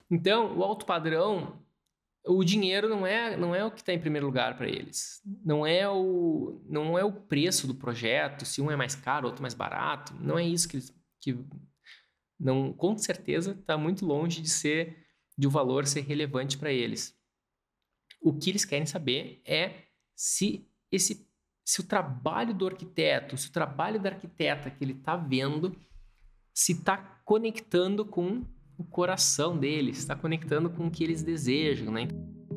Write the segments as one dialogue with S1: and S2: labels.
S1: Então, o alto padrão, o dinheiro não é o que está em primeiro lugar para eles. Não é o preço do projeto, se um é mais caro, outro mais barato. Não é isso que não, com certeza está muito longe de o valor ser relevante para eles. O que eles querem saber é se o trabalho do arquiteto, se o trabalho da arquiteta que ele está vendo, se está conectando com o coração deles, está conectando com o que eles desejam, né?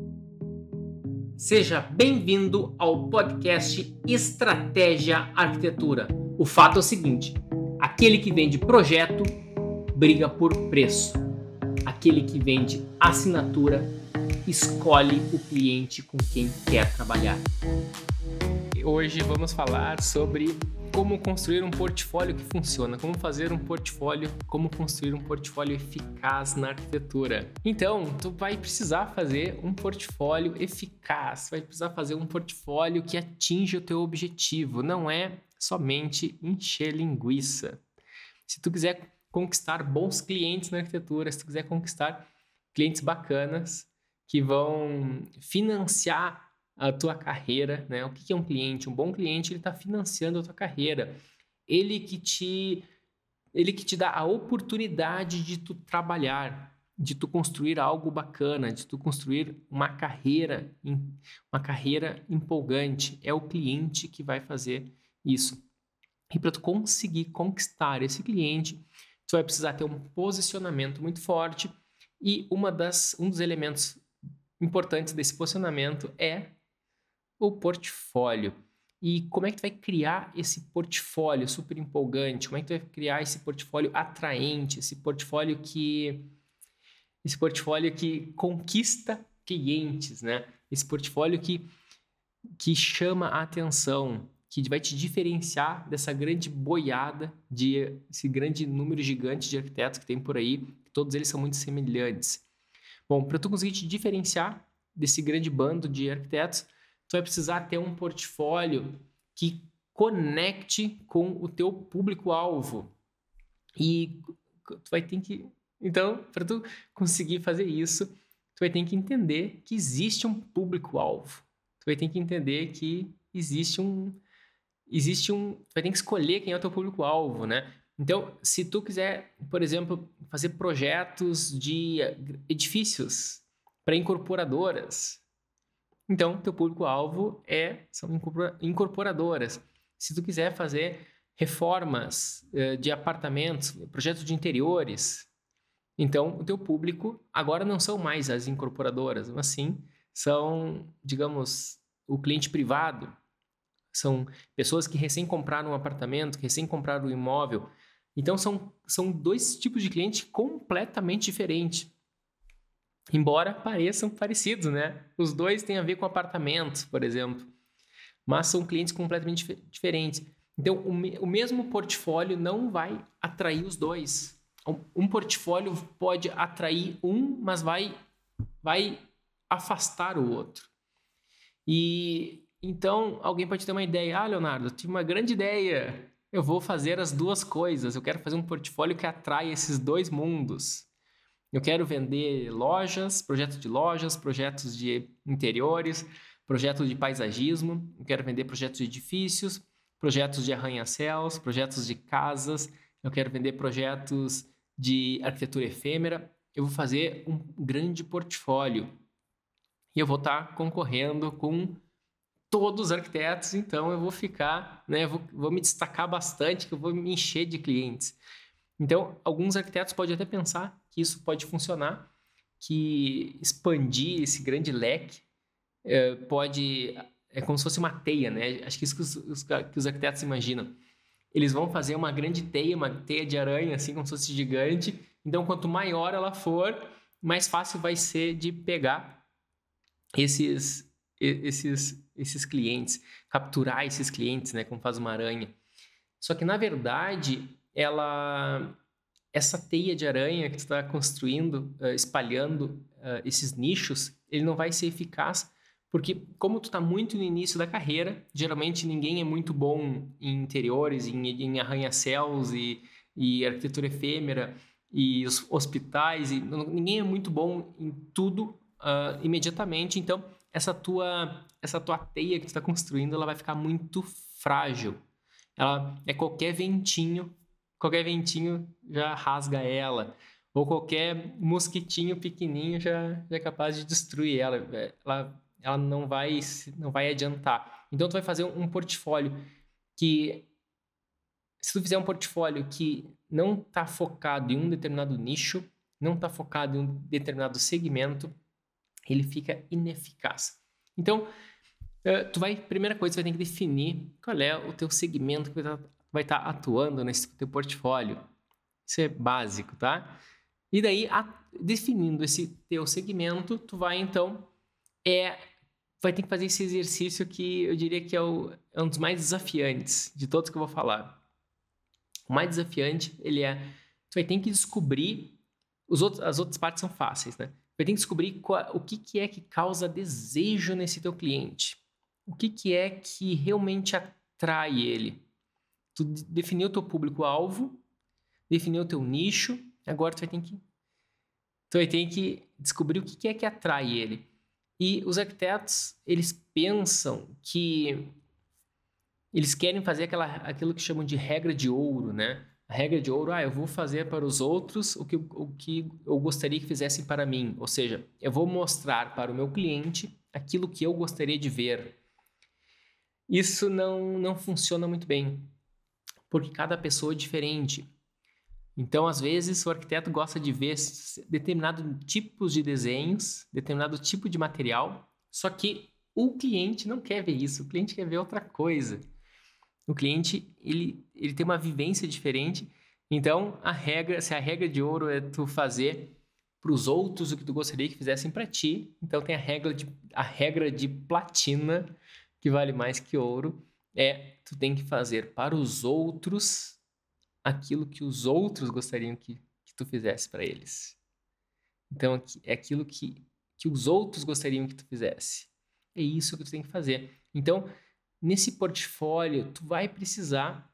S1: Seja bem-vindo ao podcast Estratégia Arquitetura. O fato é o seguinte: aquele que vende projeto briga por preço. Aquele que vende assinatura escolhe o cliente com quem quer trabalhar. Hoje vamos falar sobre como construir um portfólio que funciona, como construir um portfólio eficaz na arquitetura. Então, tu vai precisar fazer um portfólio eficaz, vai precisar fazer um portfólio que atinja o teu objetivo, não é somente encher linguiça. Se tu quiser conquistar bons clientes na arquitetura, se tu quiser conquistar clientes bacanas que vão financiar a tua carreira, né? O que é um cliente? Um bom cliente, ele está financiando a tua carreira. Ele que te dá a oportunidade de tu trabalhar, de tu construir algo bacana, de tu construir uma carreira empolgante. É o cliente que vai fazer isso. E para tu conseguir conquistar esse cliente, tu vai precisar ter um posicionamento muito forte e um dos elementos importantes desse posicionamento é o portfólio. E como é que tu vai criar esse portfólio super empolgante? Como é que tu vai criar esse portfólio atraente, esse portfólio que conquista clientes, né? Esse portfólio que chama a atenção, que vai te diferenciar dessa grande boiada, esse grande número gigante de arquitetos que tem por aí, que todos eles são muito semelhantes. Bom, para tu conseguir te diferenciar desse grande bando de arquitetos, tu vai precisar ter um portfólio que conecte com o teu público-alvo. E tu vai ter que... Então, para tu conseguir fazer isso, tu vai ter que entender que existe um público-alvo. Tu vai ter que entender que tu vai ter que escolher quem é o teu público-alvo, né? Então, se tu quiser, por exemplo, fazer projetos de edifícios para incorporadoras, então teu público-alvo são incorporadoras. Se tu quiser fazer reformas de apartamentos, projetos de interiores, então o teu público agora não são mais as incorporadoras, mas sim são, digamos, o cliente privado. São pessoas que recém compraram um apartamento, que recém compraram um imóvel. Então, são dois tipos de cliente completamente diferentes. Embora pareçam parecidos, né? Os dois têm a ver com apartamentos, por exemplo. Mas são clientes completamente diferentes. Então, o mesmo portfólio não vai atrair os dois. Um portfólio pode atrair um, mas vai afastar o outro. E então alguém pode ter uma ideia. Ah, Leonardo, eu tive uma grande ideia. Eu vou fazer as duas coisas. Eu quero fazer um portfólio que atrai esses dois mundos. Eu quero vender projetos de interiores, projetos de paisagismo. Eu quero vender projetos de edifícios, projetos de arranha-céus, projetos de casas. Eu quero vender projetos de arquitetura efêmera. Eu vou fazer um grande portfólio. E eu vou estar concorrendo com todos os arquitetos, então eu vou ficar, né, vou me destacar bastante, que eu vou me encher de clientes. Então, alguns arquitetos podem até pensar que isso pode funcionar, que expandir esse grande leque é como se fosse uma teia, né? Acho que isso que os arquitetos imaginam. Eles vão fazer uma grande teia, uma teia de aranha, assim, como se fosse gigante. Então, quanto maior ela for, mais fácil vai ser de pegar esses clientes, capturar esses clientes, né, como faz uma aranha. Só que, na verdade, essa teia de aranha que tu está construindo, espalhando esses nichos, ele não vai ser eficaz, porque como tu está muito no início da carreira, geralmente ninguém é muito bom em interiores, em arranha-céus e arquitetura efêmera, e os hospitais, e ninguém é muito bom em tudo imediatamente, então essa tua teia que tu está construindo, ela vai ficar muito frágil. Ela é qualquer ventinho já rasga ela, ou qualquer mosquitinho pequenininho já é capaz de destruir ela. Ela não vai adiantar. Então tu vai fazer um portfólio que, se tu fizer um portfólio que não está focado em um determinado nicho, não está focado em um determinado segmento, ele fica ineficaz. Então, primeira coisa, você vai ter que definir qual é o teu segmento que vai estar atuando nesse teu portfólio. Isso é básico, tá? E daí, definindo esse teu segmento, tu vai então vai ter que fazer esse exercício que eu diria que é um dos mais desafiantes de todos que eu vou falar. O mais desafiante, tu vai ter que descobrir, as outras partes são fáceis, né? Vai ter que descobrir o que é que causa desejo nesse teu cliente. O que é que realmente atrai ele. Tu definiu o teu público-alvo, definiu o teu nicho, agora tu vai ter que descobrir o que é que atrai ele. E os arquitetos, eles pensam que eles querem fazer aquilo que chamam de regra de ouro, né? A regra de ouro, eu vou fazer para os outros o que eu gostaria que fizessem para mim. Ou seja, eu vou mostrar para o meu cliente aquilo que eu gostaria de ver. Isso não funciona muito bem, porque cada pessoa é diferente. Então, às vezes, o arquiteto gosta de ver determinados tipos de desenhos, determinado tipo de material, só que o cliente não quer ver isso, o cliente quer ver outra coisa. O cliente, ele tem uma vivência diferente. Então, se a regra de ouro é tu fazer para os outros o que tu gostaria que fizessem para ti, então tem a regra de platina, que vale mais que ouro, tu tem que fazer para os outros aquilo que os outros gostariam que tu fizesse para eles. Então, é aquilo que os outros gostariam que tu fizesse. É isso que tu tem que fazer. Então, nesse portfólio, tu vai precisar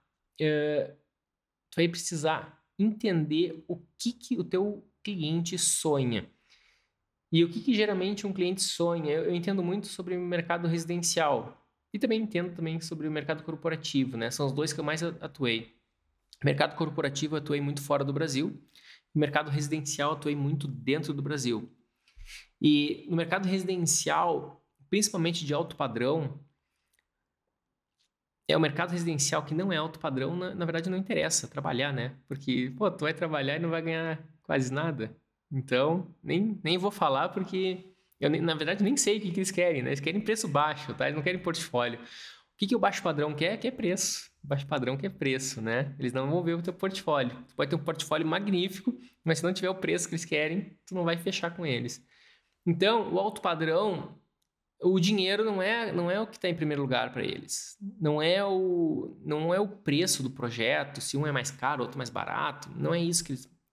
S1: entender o que o teu cliente sonha. E o que geralmente um cliente sonha? Eu entendo muito sobre o mercado residencial e também entendo sobre o mercado corporativo, né? São os dois que eu mais atuei. Mercado corporativo, eu atuei muito fora do Brasil. No mercado residencial, eu atuei muito dentro do Brasil. E no mercado residencial, principalmente de alto padrão, o mercado residencial que não é alto padrão, na verdade, não interessa trabalhar, né? Porque, tu vai trabalhar e não vai ganhar quase nada. Então, nem vou falar porque eu, na verdade, nem sei o que eles querem, né? Eles querem preço baixo, tá? Eles não querem portfólio. O que o baixo padrão quer? Quer preço. O baixo padrão quer preço, né? Eles não vão ver o teu portfólio. Tu pode ter um portfólio magnífico, mas se não tiver o preço que eles querem, tu não vai fechar com eles. Então, o alto padrão, o dinheiro não é o que está em primeiro lugar para eles. Não é o preço do projeto, se um é mais caro, outro mais barato. Não é isso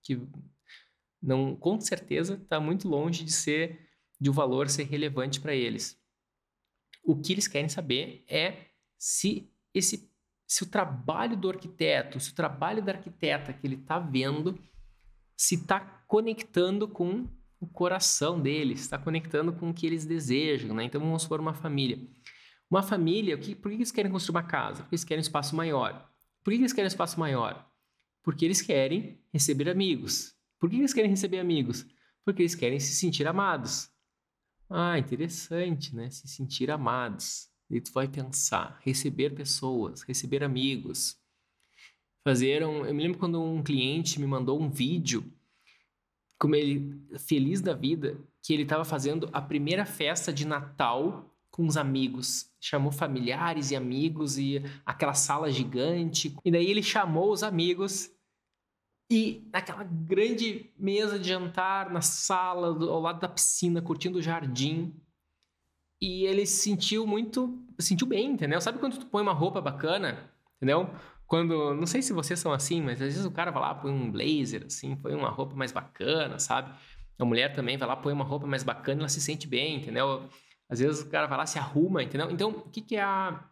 S1: não, com certeza está muito longe de o valor ser relevante para eles. O que eles querem saber é se o trabalho do arquiteto, se o trabalho da arquiteta que ele está vendo, se está conectando com o coração deles, está conectando com o que eles desejam, né? Então vamos supor uma família. Uma família, por que eles querem construir uma casa? Porque eles querem um espaço maior. Por que eles querem um espaço maior? Porque eles querem receber amigos. Por que eles querem receber amigos? Porque eles querem se sentir amados. Interessante, né? Se sentir amados. E tu vai pensar, receber pessoas, receber amigos. Eu me lembro quando um cliente me mandou um vídeo, como ele, feliz da vida, que ele estava fazendo a primeira festa de Natal com os amigos. Chamou familiares e amigos e aquela sala gigante. E daí ele chamou os amigos e naquela grande mesa de jantar, na sala, ao lado da piscina, curtindo o jardim. E ele se sentiu bem, entendeu? Sabe quando tu põe uma roupa bacana, entendeu? Não sei se vocês são assim, mas às vezes o cara vai lá, põe um blazer, assim, põe uma roupa mais bacana, sabe? A mulher também vai lá, põe uma roupa mais bacana, ela se sente bem, entendeu? Às vezes o cara vai lá, se arruma, entendeu? Então, o que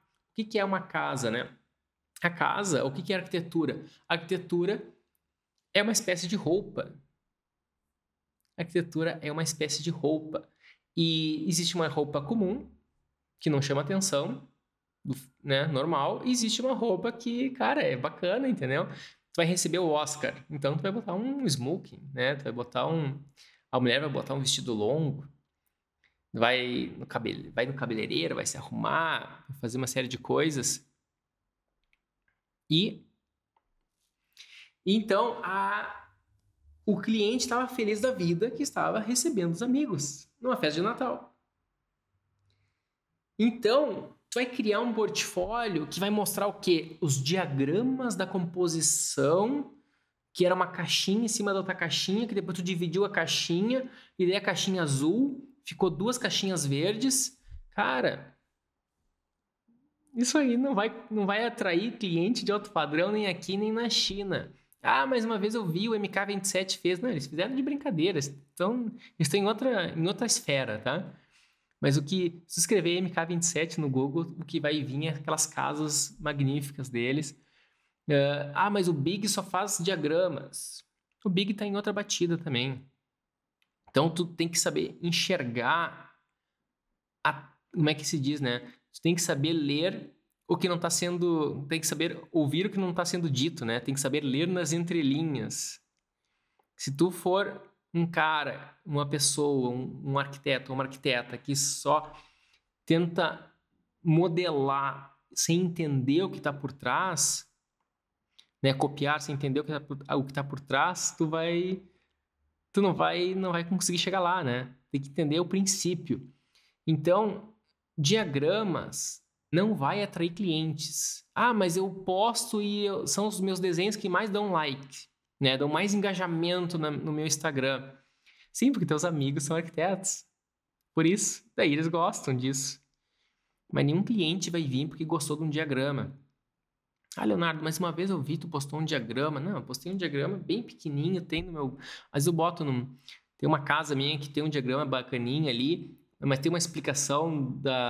S1: é uma casa, né? A casa, o que é arquitetura? A arquitetura é uma espécie de roupa. A arquitetura é uma espécie de roupa. E existe uma roupa comum, que não chama atenção, né, normal, e existe uma roupa que, cara, é bacana, entendeu? Tu vai receber o Oscar, então tu vai botar um smoking, né? Tu vai botar a mulher vai botar um vestido longo, vai no cabeleireiro, vai se arrumar, vai fazer uma série de coisas. E então o cliente estava feliz da vida que estava recebendo os amigos numa festa de Natal. Então, tu vai criar um portfólio que vai mostrar o quê? Os diagramas da composição, que era uma caixinha em cima da outra caixinha, que depois tu dividiu a caixinha, e daí a caixinha azul, ficou 2 caixinhas verdes. Cara, isso aí não vai atrair cliente de alto padrão nem aqui nem na China. Ah, mas uma vez eu vi o MK27 fez. Não, eles fizeram de brincadeira. Eles estão em outra esfera, tá? Mas se escrever MK27 no Google, o que vai vir é aquelas casas magníficas deles. Mas o Big só faz diagramas. O Big está em outra batida também. Então, tu tem que saber enxergar como é que se diz, né? Tu tem que saber ler o que não está sendo... Tem que saber ouvir o que não está sendo dito, né? Tem que saber ler nas entrelinhas. Se tu for um cara, uma pessoa, um arquiteto ou uma arquiteta que só tenta modelar sem entender o que está por trás, né? Copiar sem entender o que está por trás, tu não vai conseguir chegar lá, né? Tem que entender o princípio. Então, diagramas não vai atrair clientes. Ah, mas eu posto e são os meus desenhos que mais dão like, né? Dão mais engajamento no meu Instagram. Sim, porque teus amigos são arquitetos. Por isso, daí eles gostam disso. Mas nenhum cliente vai vir porque gostou de um diagrama. Ah, Leonardo, mas uma vez eu vi tu postou um diagrama. Não, eu postei um diagrama bem pequenininho, tem no meu... Mas eu boto Tem uma casa minha que tem um diagrama bacaninha ali, mas tem uma explicação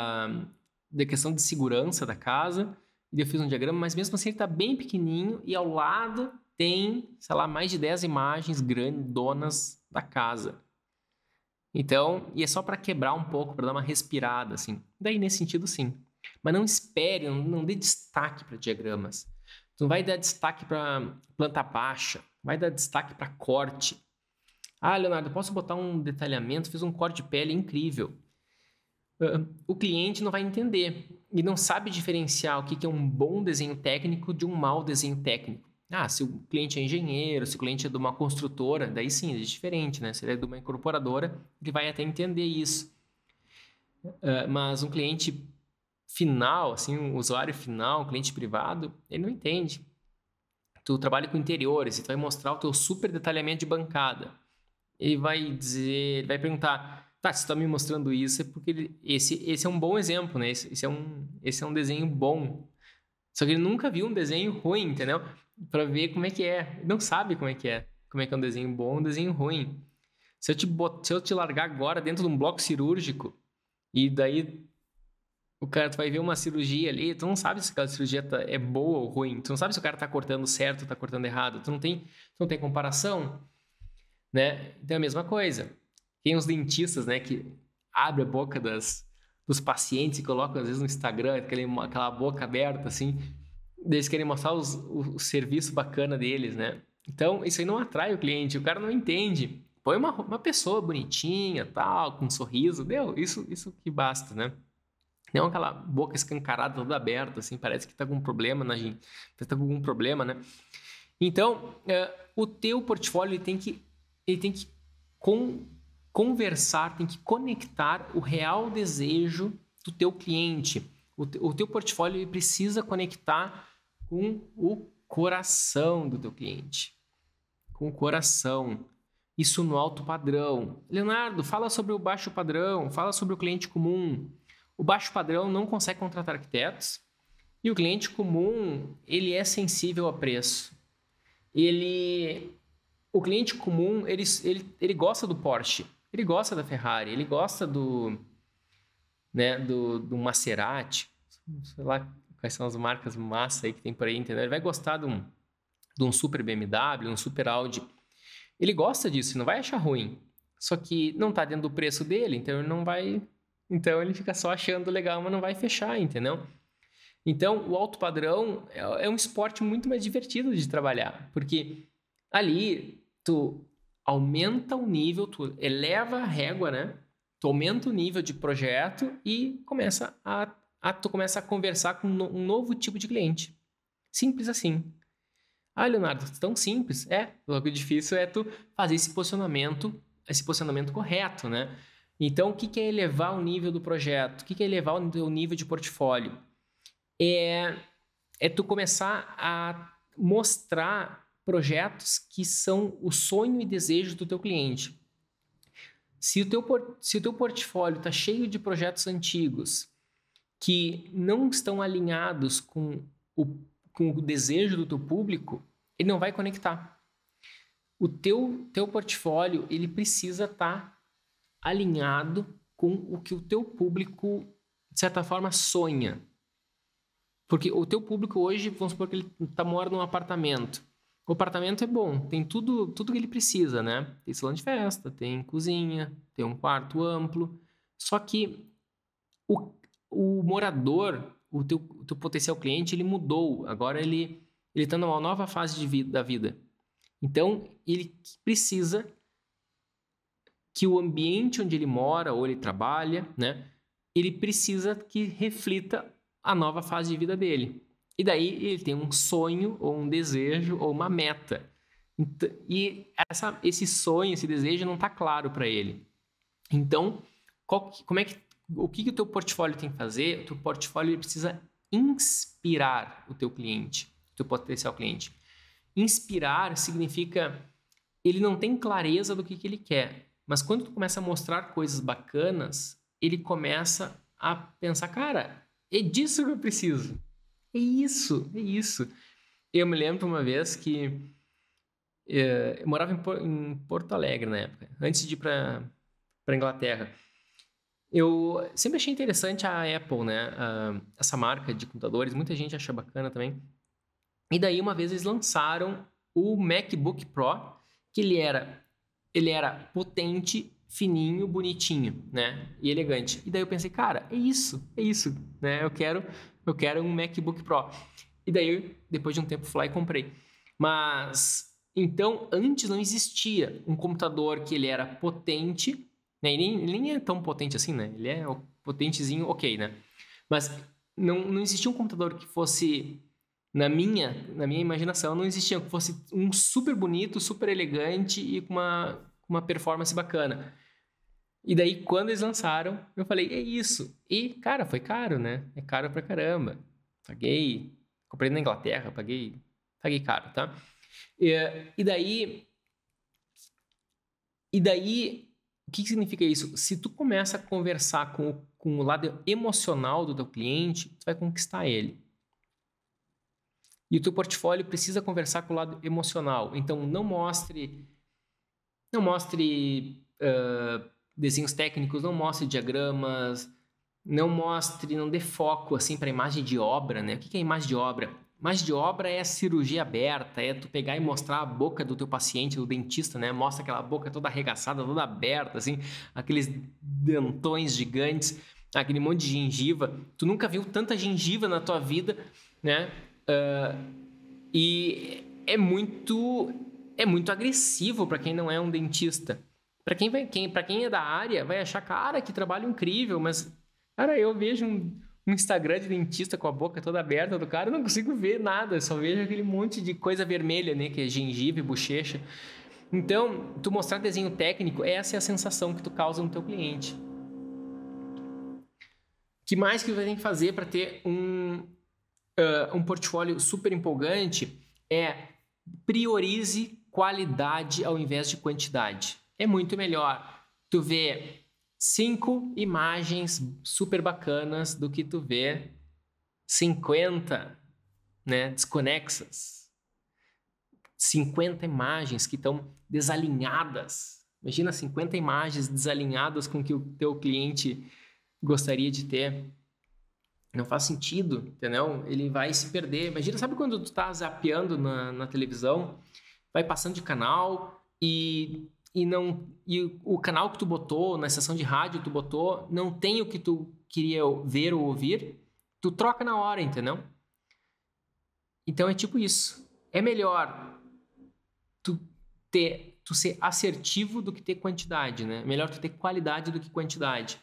S1: da questão de segurança da casa. E eu fiz um diagrama, mas mesmo assim ele está bem pequenininho e ao lado tem, sei lá, mais de 10 imagens grandonas da casa. Então, e é só para quebrar um pouco, para dar uma respirada, assim. Daí, nesse sentido, sim. Mas não espere, não dê destaque para diagramas. Tu não vai dar destaque para planta baixa, vai dar destaque para corte. Ah, Leonardo, posso botar um detalhamento? Fiz um corte de pele incrível. O cliente não vai entender e não sabe diferenciar o que é um bom desenho técnico de um mau desenho técnico. Ah, se o cliente é engenheiro, se o cliente é de uma construtora, daí sim, é diferente, né? Se ele é de uma incorporadora, ele vai até entender isso. Mas um cliente final, assim, um usuário final, um cliente privado, ele não entende. Tu trabalha com interiores, e tu vai mostrar o teu super detalhamento de bancada. Ele vai perguntar, tá, se tu tá me mostrando isso é porque esse é um bom exemplo, né? Esse é um desenho bom. Só que ele nunca viu um desenho ruim, entendeu? Pra ver como é que é. Ele não sabe como é que é. Como é que é um desenho bom, um desenho ruim. Se eu te largar agora dentro de um bloco cirúrgico e daí tu vai ver uma cirurgia ali, tu não sabe se aquela cirurgia é boa ou ruim. Tu não sabe se o cara tá cortando certo ou tá cortando errado. Tu não tem comparação, né? Então é a mesma coisa. Tem uns dentistas, né, que abrem a boca dos pacientes e colocam às vezes no Instagram aquela boca aberta assim. Eles querem mostrar o serviço bacana deles, né? Então, isso aí não atrai o cliente, o cara não entende. Põe uma pessoa bonitinha, tal, com um sorriso, deu, isso que basta, né? Não aquela boca escancarada, toda aberta, assim, parece que tá com um problema, né, gente? Parece que tá com algum problema, né? Então, o teu portfólio ele tem que conversar, tem que conectar o real desejo do teu cliente. O teu portfólio ele precisa conectar com o coração do teu cliente. Com o coração. Isso no alto padrão. Leonardo, fala sobre o baixo padrão, fala sobre o cliente comum. O baixo padrão não consegue contratar arquitetos e o cliente comum, ele é sensível a preço. O cliente comum, ele gosta do Porsche, ele gosta da Ferrari, ele gosta do Maserati, sei lá quais são as marcas massa aí que tem por aí, entendeu? Ele vai gostar de um super BMW, um super Audi, ele gosta disso, não vai achar ruim. Só que não está dentro do preço dele, então ele não vai... Então ele fica só achando legal, mas não vai fechar, entendeu? Então o alto padrão é um esporte muito mais divertido de trabalhar, porque ali tu aumenta o nível, tu eleva a régua, né? Tu aumenta o nível de projeto e tu começa a conversar com um novo tipo de cliente. Simples assim. Ah, Leonardo, tão simples. O que é difícil é tu fazer esse posicionamento correto, né? Então, o que é elevar o nível do projeto? O que é elevar o teu nível de portfólio? É tu começar a mostrar projetos que são o sonho e desejo do teu cliente. Se o teu portfólio está cheio de projetos antigos que não estão alinhados com o desejo do teu público, ele não vai conectar. O teu portfólio ele precisa estar alinhado com o que o teu público, de certa forma, sonha. Porque o teu público hoje, vamos supor que ele mora num apartamento. O apartamento é bom, tem tudo que ele precisa, né? Tem salão de festa, tem cozinha, tem um quarto amplo. Só que o morador, o teu potencial cliente, ele mudou. Agora ele está numa nova fase da vida. Então, ele precisa que o ambiente onde ele mora ou ele trabalha, né? Ele precisa que reflita a nova fase de vida dele. E daí ele tem um sonho, ou um desejo, ou uma meta. E esse sonho, esse desejo não está claro para ele. Então, o que o teu portfólio tem que fazer? O teu portfólio ele precisa inspirar o teu cliente, o teu potencial cliente. Inspirar significa ele não tem clareza do que ele quer, mas quando tu começa a mostrar coisas bacanas, ele começa a pensar, cara, é disso que eu preciso. É isso. Eu me lembro uma vez que eu morava em Porto Alegre na época, antes de ir para Inglaterra. Eu sempre achei interessante a Apple, né? Essa marca de computadores, muita gente acha bacana também. E daí uma vez eles lançaram o MacBook Pro, que ele era potente, fininho, bonitinho, né? E elegante. E daí eu pensei, cara, é isso, né? Eu quero um MacBook Pro. E daí, depois de um tempo, fui lá e comprei. Mas, então, antes não existia um computador que ele era potente, né? Ele nem é tão potente assim, né? Ele é potentezinho, ok, né? Mas não existia um computador que fosse... Na minha imaginação, não existia que fosse um super bonito, super elegante e com uma performance bacana. E daí, quando eles lançaram, eu falei, é isso. E, cara, foi caro, né? É caro pra caramba. Comprei na Inglaterra, paguei caro, tá? E daí, o que significa isso? Se tu começa a conversar com o lado emocional do teu cliente, tu vai conquistar ele. E o teu portfólio precisa conversar com o lado emocional. Então, não mostre desenhos técnicos, não mostre diagramas, não dê foco assim para imagem de obra, né? O que é imagem de obra? Imagem de obra é a cirurgia aberta, é tu pegar e mostrar a boca do teu paciente, do dentista, né? Mostra aquela boca toda arregaçada, toda aberta, assim, aqueles dentões gigantes, aquele monte de gengiva. Tu nunca viu tanta gengiva na tua vida, né? E é muito agressivo para quem não é um dentista. Para quem é da área, vai achar, cara, que trabalho incrível, mas, cara, eu vejo um Instagram de dentista com a boca toda aberta do cara, eu não consigo ver nada, eu só vejo aquele monte de coisa vermelha, né, que é gengiva e bochecha. Então, tu mostrar desenho técnico, essa é a sensação que tu causa no teu cliente. O que mais que você tem que fazer para ter um portfólio super empolgante é priorize qualidade ao invés de quantidade. É muito melhor tu ver 5 imagens super bacanas do que tu ver 50, né, desconexas. 50 imagens que estão desalinhadas. Imagina 50 imagens desalinhadas com o que o teu cliente gostaria de ter. Não faz sentido, entendeu? Ele vai se perder. Imagina, sabe quando tu tá zapeando na televisão, vai passando de canal e o canal que tu botou, na estação de rádio que tu botou, não tem o que tu queria ver ou ouvir, tu troca na hora, entendeu? Então é tipo isso. É melhor tu ser assertivo do que ter quantidade, né? É melhor tu ter qualidade do que quantidade.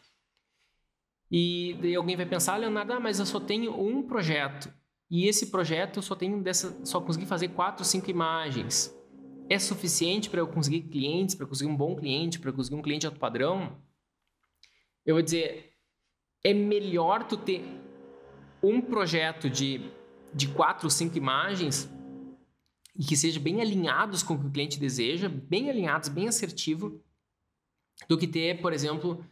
S1: E daí alguém vai pensar, Leonardo, mas eu só tenho um projeto. E esse projeto eu só consegui fazer 4, 5 imagens. É suficiente para eu conseguir clientes, para conseguir um bom cliente, para conseguir um cliente alto padrão? Eu vou dizer, é melhor tu ter um projeto de 4 ou 5 imagens e que seja bem alinhados com o que o cliente deseja, bem alinhados, bem assertivo, do que ter, por exemplo,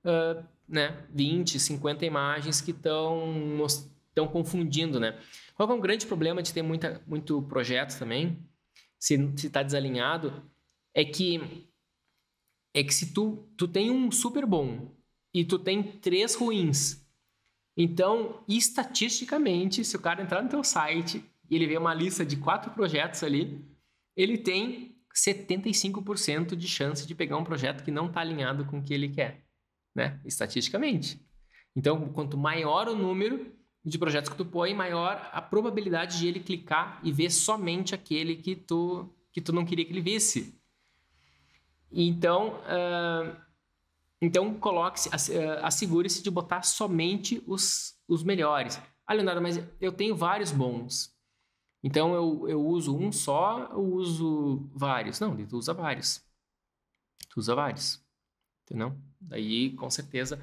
S1: 20, 50 imagens que estão confundindo, né? Qual é um grande problema de ter muito projeto também, se está desalinhado, é que se tu tem um super bom e tu tem 3 ruins, então, estatisticamente, se o cara entrar no teu site e ele vê uma lista de 4 projetos ali, ele tem 75% de chance de pegar um projeto que não está alinhado com o que ele quer, né? Estatisticamente. Então, quanto maior o número de projetos que tu põe, maior a probabilidade de ele clicar e ver somente aquele que tu não queria que ele visse. Então, coloque-se, assegure-se de botar somente os melhores. Leonardo, mas eu tenho vários bons. Então, eu uso um só ou uso vários? Não, tu usa vários. Tu usa vários. Entendeu? Daí, com certeza,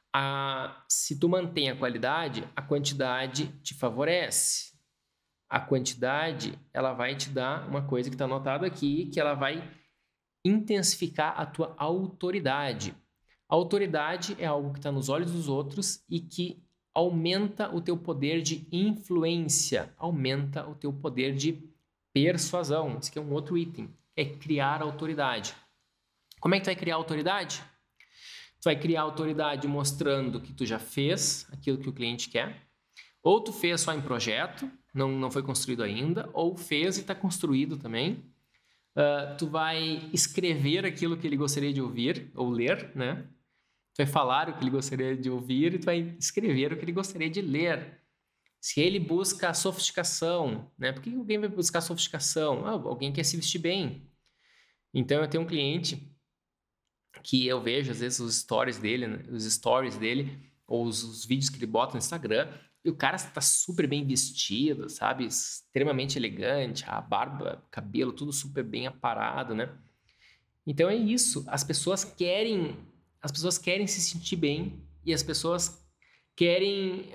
S1: se tu mantém a qualidade, a quantidade te favorece. A quantidade, ela vai te dar uma coisa que está anotado aqui, que ela vai intensificar a tua autoridade. A autoridade é algo que está nos olhos dos outros e que aumenta o teu poder de influência, aumenta o teu poder de persuasão. Esse aqui é um outro item, é criar autoridade. Como é que tu vai criar autoridade? Tu vai criar autoridade mostrando que tu já fez aquilo que o cliente quer, ou tu fez só em projeto, não foi construído ainda, ou fez e está construído também. Tu vai escrever aquilo que ele gostaria de ouvir ou ler, né? Tu vai falar o que ele gostaria de ouvir e tu vai escrever o que ele gostaria de ler. Se ele busca sofisticação, né? Por que alguém vai buscar sofisticação? Alguém quer se vestir bem. Então, eu tenho um cliente que eu vejo, às vezes, os stories dele, ou os vídeos que ele bota no Instagram, e o cara está super bem vestido, sabe? Extremamente elegante, a barba, cabelo, tudo super bem aparado, né? Então, é isso. As pessoas querem se sentir bem e as pessoas querem...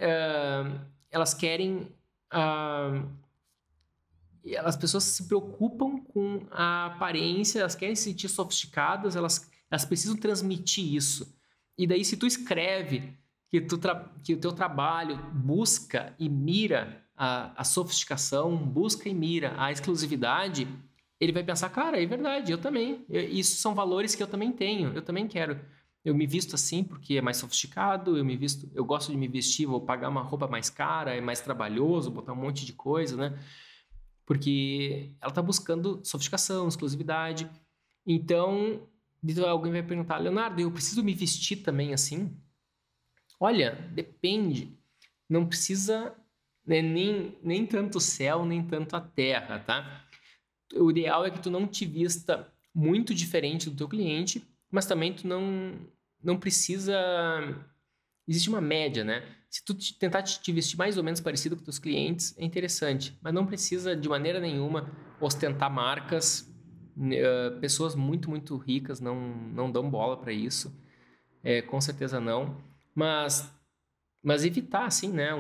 S1: as pessoas se preocupam com a aparência, elas querem se sentir sofisticadas, elas precisam transmitir isso. E daí, se tu escreve que o teu trabalho busca e mira a sofisticação, busca e mira a exclusividade, ele vai pensar, cara, é verdade, eu também. Isso são valores que eu também tenho, eu também quero. Eu me visto assim porque é mais sofisticado, eu gosto de me vestir, vou pagar uma roupa mais cara, é mais trabalhoso, botar um monte de coisa, né? Porque ela está buscando sofisticação, exclusividade. Então, alguém vai perguntar, Leonardo, eu preciso me vestir também assim? Olha, depende. Não precisa, né, nem tanto o céu, nem tanto a terra, tá? O ideal é que tu não te vista muito diferente do teu cliente, mas também tu não precisa... Existe uma média, né? Se tu tentar te vestir mais ou menos parecido com teus clientes, é interessante, mas não precisa de maneira nenhuma ostentar marcas. Pessoas muito, muito ricas não dão bola para isso. Com certeza não. Mas evitar, assim, né?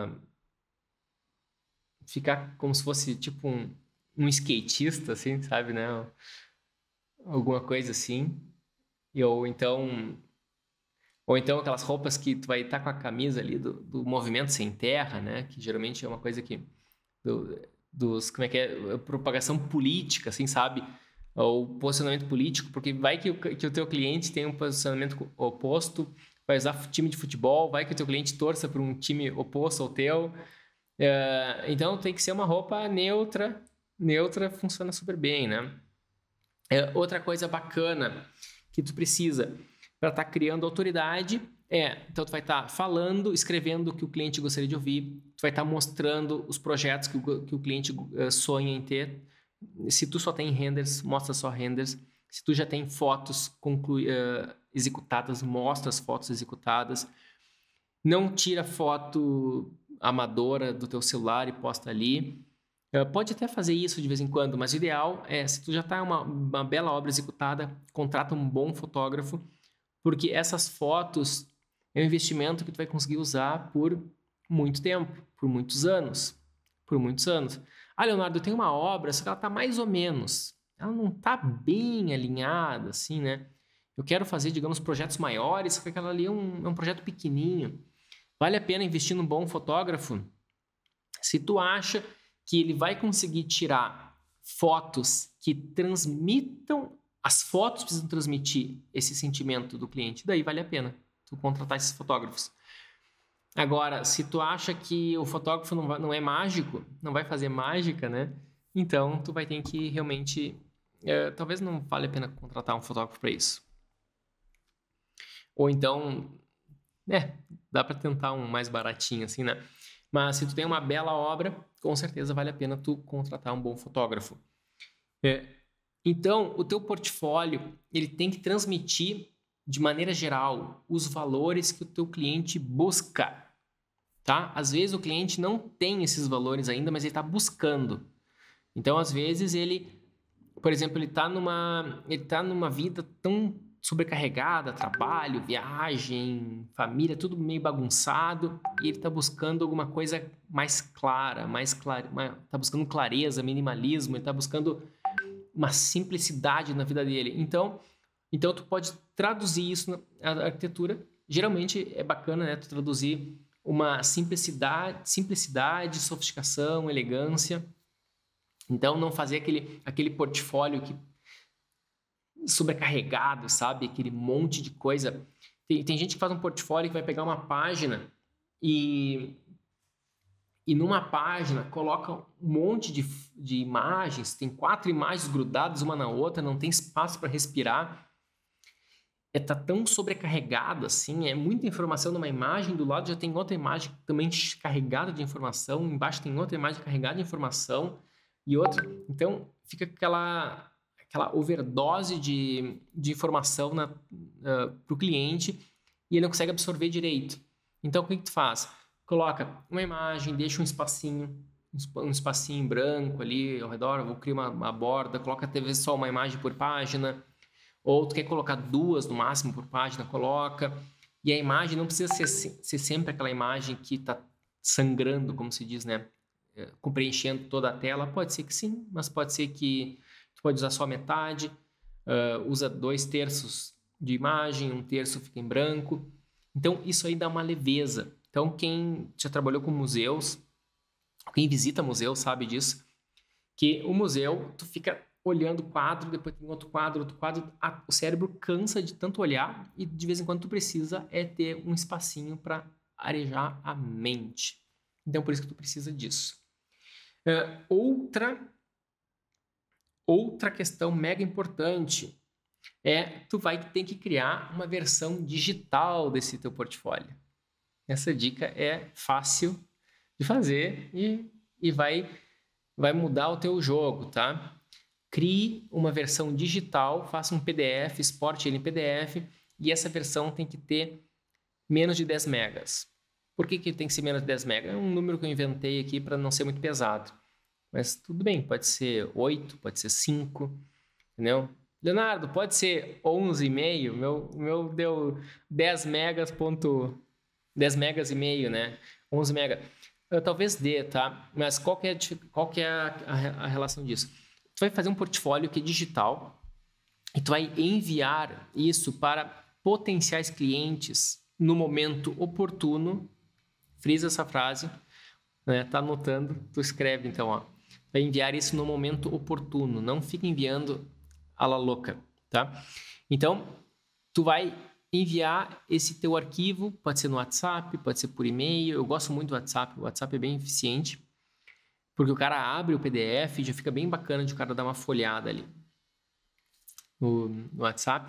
S1: Ficar como se fosse tipo um skatista, assim, sabe, né? Alguma coisa assim. Ou então aquelas roupas que tu vai estar com a camisa ali do Movimento Sem Terra, né? Que geralmente é uma coisa que... como é que é? Propagação política, assim, sabe? Ou posicionamento político, porque vai que o teu cliente tem um posicionamento oposto vai usar time de futebol, vai que o teu cliente torça para um time oposto ao teu. Então tem que ser uma roupa neutra. Neutra funciona super bem, né? Outra coisa bacana que tu precisa para estar criando autoridade então tu vai estar falando, escrevendo o que o cliente gostaria de ouvir, tu vai estar mostrando os projetos que o cliente sonha em ter. Se tu só tem renders, mostra só renders. Se tu já tem fotos executadas, mostra as fotos executadas. Não tira foto amadora do teu celular e posta ali. Pode até fazer isso de vez em quando, mas o ideal é, se tu já está uma bela obra executada, contrata um bom fotógrafo, porque essas fotos é um investimento que tu vai conseguir usar por muito tempo, por muitos anos. Por muitos anos. Leonardo, eu tenho uma obra, só que ela está mais ou menos. Ela não está bem alinhada, assim, né? Eu quero fazer, digamos, projetos maiores, só que aquela ali é um projeto pequenininho. Vale a pena investir num bom fotógrafo? Se tu acha que ele vai conseguir tirar fotos que transmitam... As fotos precisam transmitir esse sentimento do cliente, daí vale a pena tu contratar esses fotógrafos. Agora, se tu acha que o fotógrafo não é mágico, não vai fazer mágica, né? Então, tu vai ter que realmente... talvez não vale a pena contratar um fotógrafo para isso. Ou então, dá para tentar um mais baratinho, assim, né? Mas se tu tem uma bela obra, com certeza vale a pena tu contratar um bom fotógrafo. Então, o teu portfólio, ele tem que transmitir, de maneira geral, os valores que o teu cliente busca. Tá? Às vezes o cliente não tem esses valores ainda, mas ele está buscando. Então, às vezes, por exemplo, ele está numa vida tão sobrecarregada, trabalho, viagem, família, tudo meio bagunçado, e ele está buscando alguma coisa mais clara, está buscando clareza, minimalismo, ele está buscando uma simplicidade na vida dele. Então tu pode traduzir isso na arquitetura. Geralmente é bacana, né, tu traduzir uma simplicidade, sofisticação, elegância. Então, não fazer aquele portfólio sobrecarregado, sabe? Aquele monte de coisa. Tem gente que faz um portfólio que vai pegar uma página e numa página coloca um monte de imagens, tem 4 imagens grudadas uma na outra, não tem espaço para respirar. Tá tão sobrecarregado assim, é muita informação numa imagem, do lado já tem outra imagem também carregada de informação, embaixo tem outra imagem carregada de informação e outra. Então fica aquela overdose de informação para o cliente e ele não consegue absorver direito. Então o que tu faz? Coloca uma imagem, deixa um espacinho branco ali ao redor, vou criar uma borda, coloca talvez só uma imagem por página, ou tu quer colocar 2 no máximo por página, coloca. E a imagem não precisa ser sempre aquela imagem que está sangrando, como se diz, né? Preenchendo toda a tela. Pode ser que sim, mas pode ser que tu pode usar só metade, usa 2/3 de imagem, 1/3 fica em branco. Então isso aí dá uma leveza. Então quem já trabalhou com museus, quem visita museu sabe disso, que o museu tu fica olhando o quadro, depois tem outro quadro, o cérebro cansa de tanto olhar e de vez em quando tu precisa ter um espacinho para arejar a mente. Então por isso que tu precisa disso. Outra questão mega importante tu vai ter que criar uma versão digital desse teu portfólio. Essa dica é fácil de fazer e vai mudar o teu jogo, tá? Crie uma versão digital, faça um PDF, exporte ele em PDF e essa versão tem que ter menos de 10 megas. Por que tem que ser menos de 10 megas? É um número que eu inventei aqui para não ser muito pesado. Mas tudo bem, pode ser 8, pode ser 5, entendeu? Leonardo, pode ser 11,5? O meu deu 10 megas, 10 megas e meio, né? 11 megas. Talvez dê, tá? Mas qual que é a relação disso? Tu vai fazer um portfólio que é digital e tu vai enviar isso para potenciais clientes no momento oportuno. Frisa essa frase, né? Tá anotando, tu escreve então, ó. Vai enviar isso no momento oportuno, não fica enviando a la louca, tá? Então, tu vai enviar esse teu arquivo, pode ser no WhatsApp, pode ser por e-mail. Eu gosto muito do WhatsApp, o WhatsApp é bem eficiente, porque o cara abre o PDF e já fica bem bacana de o cara dar uma folhada ali no WhatsApp.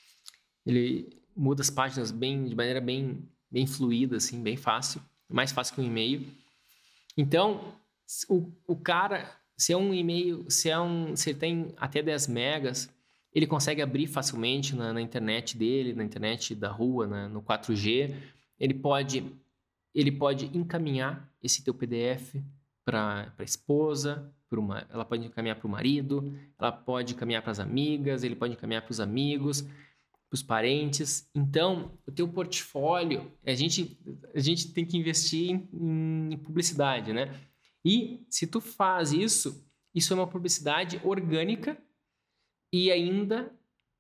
S1: Ele muda as páginas de maneira bem fluida, assim, bem fácil, mais fácil que um e-mail. Então, o cara, se é um e-mail, se ele tem até 10 megas, ele consegue abrir facilmente na internet dele, na internet da rua, no 4G. Ele pode encaminhar esse teu PDF para a esposa, ela pode encaminhar para o marido, ela pode encaminhar para as amigas, ele pode encaminhar para os amigos, para os parentes. Então, o teu portfólio, a gente tem que investir em publicidade, né? E se tu faz isso é uma publicidade orgânica e ainda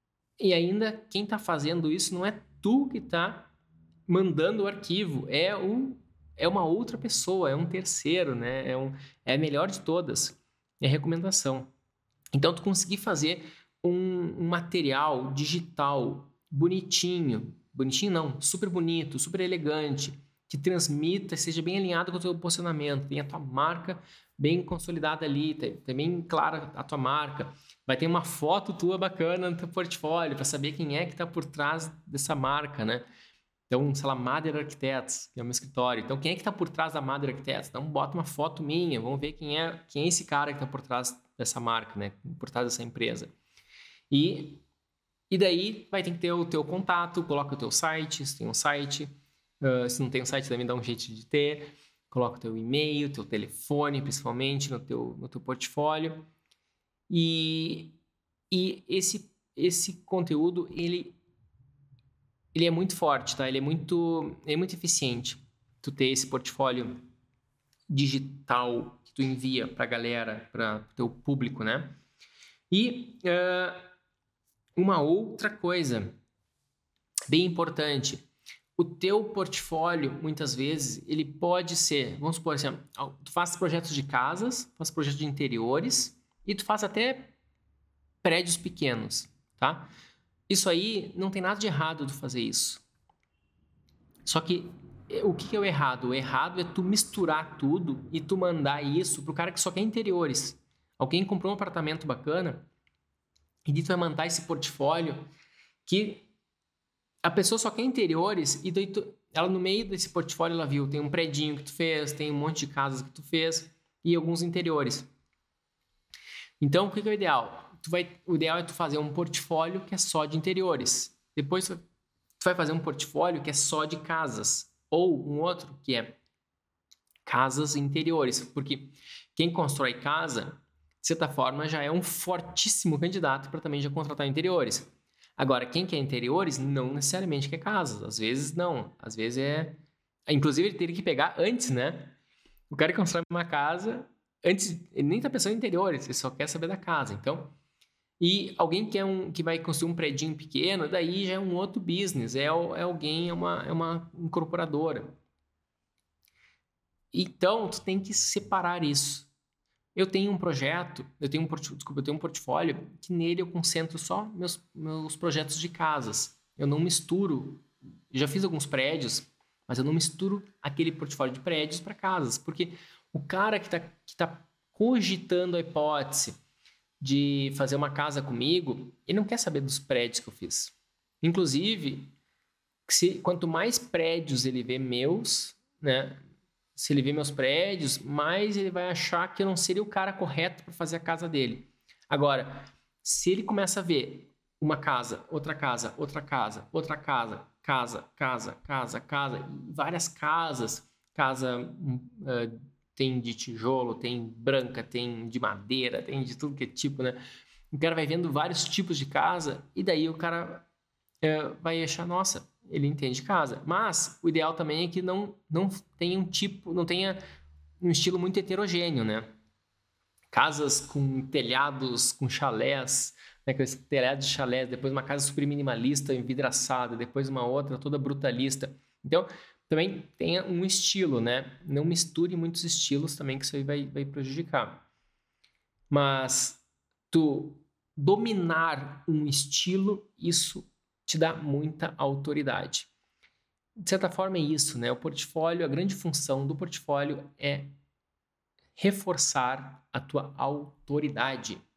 S1: quem está fazendo isso não é tu que está mandando o arquivo, é uma outra pessoa, é um terceiro, né? É a melhor de todas, é a recomendação. Então, tu conseguir fazer um material digital bonitinho não, super bonito, super elegante, que transmita, seja bem alinhado com o teu posicionamento, tenha a tua marca bem consolidada ali, tá bem clara a tua marca, vai ter uma foto tua bacana no teu portfólio para saber quem é que está por trás dessa marca, né? Então, sei lá, Mader Arquitetos, que é o meu escritório. Então, quem é que está por trás da Mader Arquitetos? Então, bota uma foto minha, vamos ver quem é esse cara que está por trás dessa marca, né? Por trás dessa empresa. E daí vai ter que ter o teu contato, coloca o teu site, se tem um site. Se não tem um site, também dá um jeito de ter. Coloca o teu e-mail, teu telefone, principalmente, no teu portfólio. E esse conteúdo, ele é muito forte, tá? Ele é muito eficiente. Tu ter esse portfólio digital que tu envia pra galera, para o teu público, né? E uma outra coisa bem importante, o teu portfólio, muitas vezes, ele pode ser, vamos supor assim, tu faz projetos de casas, faz projetos de interiores e tu faz até prédios pequenos, tá? Isso aí não tem nada de errado de fazer isso. Só que o que é o errado? O errado é tu misturar tudo e tu mandar isso pro cara que só quer interiores. Alguém comprou um apartamento bacana e tu vai mandar esse portfólio que a pessoa só quer interiores e daí ela no meio desse portfólio ela viu, tem um predinho que tu fez, tem um monte de casas que tu fez e alguns interiores. Então, o que é o ideal? O ideal é tu fazer um portfólio que é só de interiores. Depois tu vai fazer um portfólio que é só de casas. Ou um outro que é casas interiores. Porque quem constrói casa, de certa forma, já é um fortíssimo candidato para também já contratar interiores. Agora, quem quer interiores não necessariamente quer casas. Às vezes não. Às vezes é... Inclusive, ele teria que pegar antes, né? O cara que constrói uma casa... Antes, ele nem está pensando em interiores, ele só quer saber da casa. Então, e alguém que vai construir um predinho pequeno, daí já é um outro business, é uma incorporadora. Então, tu tem que separar isso. Eu tenho um portfólio que nele eu concentro só meus projetos de casas. Eu não misturo, já fiz alguns prédios, mas eu não misturo aquele portfólio de prédios para casas, porque o cara que tá cogitando a hipótese de fazer uma casa comigo, ele não quer saber dos prédios que eu fiz. Inclusive, quanto mais prédios ele vê meus, né? Se ele vê meus prédios, mais ele vai achar que eu não seria o cara correto para fazer a casa dele. Agora, se ele começa a ver uma casa, outra casa, outra casa, outra casa, várias casas, tem de tijolo, tem branca, tem de madeira, tem de tudo que é tipo, né? O cara vai vendo vários tipos de casa e daí o cara vai achar, nossa, ele entende casa. Mas o ideal também é que não tenha não tenha um estilo muito heterogêneo, né? Casas com telhados, com chalés, né? Com esse telhado de chalés, depois uma casa super minimalista, envidraçada, depois uma outra toda brutalista. Então, também tenha um estilo, né? Não misture muitos estilos também, que isso aí vai prejudicar. Mas tu dominar um estilo, isso te dá muita autoridade. De certa forma é isso, né? O portfólio, a grande função do portfólio é reforçar a tua autoridade.